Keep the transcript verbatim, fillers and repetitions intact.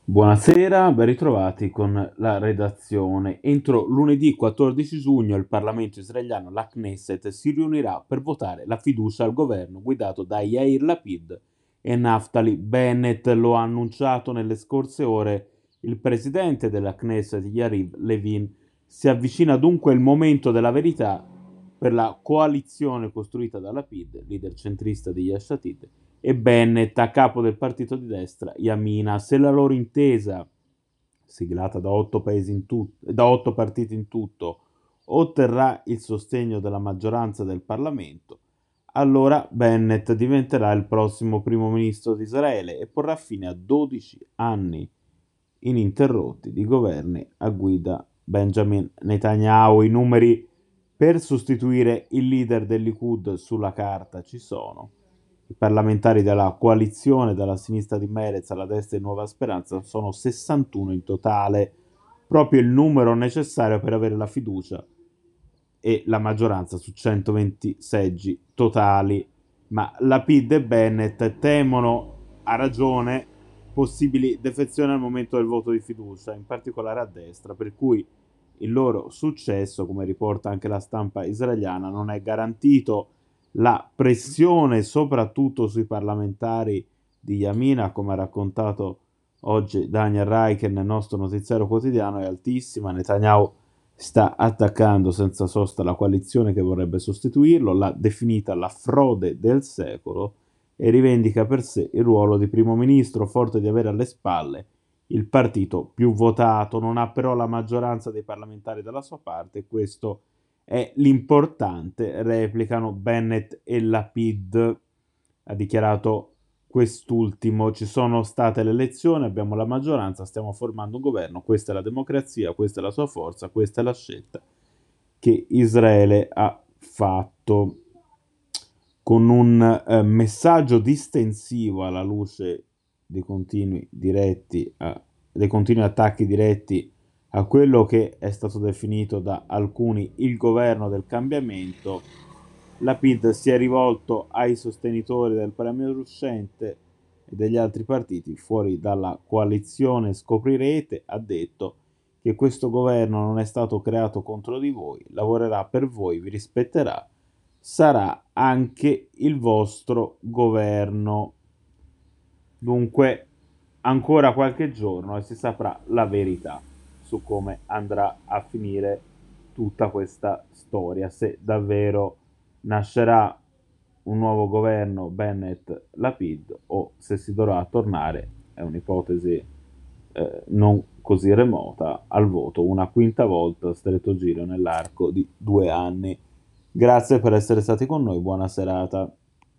Buonasera, ben ritrovati con la redazione. Entro lunedì quattordici giugno il Parlamento israeliano, la Knesset, si riunirà per votare la fiducia al governo guidato da Yair Lapid e Naftali Bennett. Lo ha annunciato nelle scorse ore il presidente della Knesset, Yariv Levin. Si avvicina dunque il momento della verità per la coalizione costruita da Lapid, leader centrista di Yesh Atid, e Bennett, a capo del partito di destra Yamina. Se la loro intesa, siglata da otto, paesi in tut- da otto partiti in tutto, otterrà il sostegno della maggioranza del Parlamento, allora Bennett diventerà il prossimo primo ministro di Israele e porrà fine a dodici anni ininterrotti di governi a guida Benjamin Netanyahu. I numeri per sostituire il leader del Likud sulla carta ci sono. I parlamentari della coalizione dalla sinistra di Meretz alla destra di Nuova Speranza sono sessantuno in totale, proprio il numero necessario per avere la fiducia e la maggioranza su centoventi seggi totali. Ma Lapid e Bennett temono, a ragione, possibili defezioni al momento del voto di fiducia, in particolare a destra, per cui il loro successo, come riporta anche la stampa israeliana, non è garantito. La pressione, soprattutto sui parlamentari di Yamina, come ha raccontato oggi Daniel Reichen nel nostro notiziario quotidiano, è altissima. Netanyahu sta attaccando senza sosta la coalizione che vorrebbe sostituirlo, l'ha definita la frode del secolo e rivendica per sé il ruolo di primo ministro, forte di avere alle spalle il partito più votato. Non ha però la maggioranza dei parlamentari dalla sua parte, e questo è l'importante, replicano Bennett e Lapid. Ha dichiarato quest'ultimo: ci sono state le elezioni, abbiamo la maggioranza, stiamo formando un governo, questa è la democrazia, questa è la sua forza, questa è la scelta che Israele ha fatto. Con un eh, messaggio distensivo alla luce dei continui, diretti a, dei continui attacchi diretti a quello che è stato definito da alcuni il governo del cambiamento, Lapid si è rivolto ai sostenitori del premier uscente e degli altri partiti fuori dalla coalizione. Scoprirete, ha detto, che questo governo non è stato creato contro di voi, lavorerà per voi, vi rispetterà, sarà anche il vostro governo. Dunque, ancora qualche giorno e si saprà la verità su come andrà a finire tutta questa storia, se davvero nascerà un nuovo governo Bennett-Lapid o se si dovrà tornare, è un'ipotesi eh, non così remota, al voto una quinta volta a stretto giro nell'arco di due anni. Grazie per essere stati con noi, buona serata.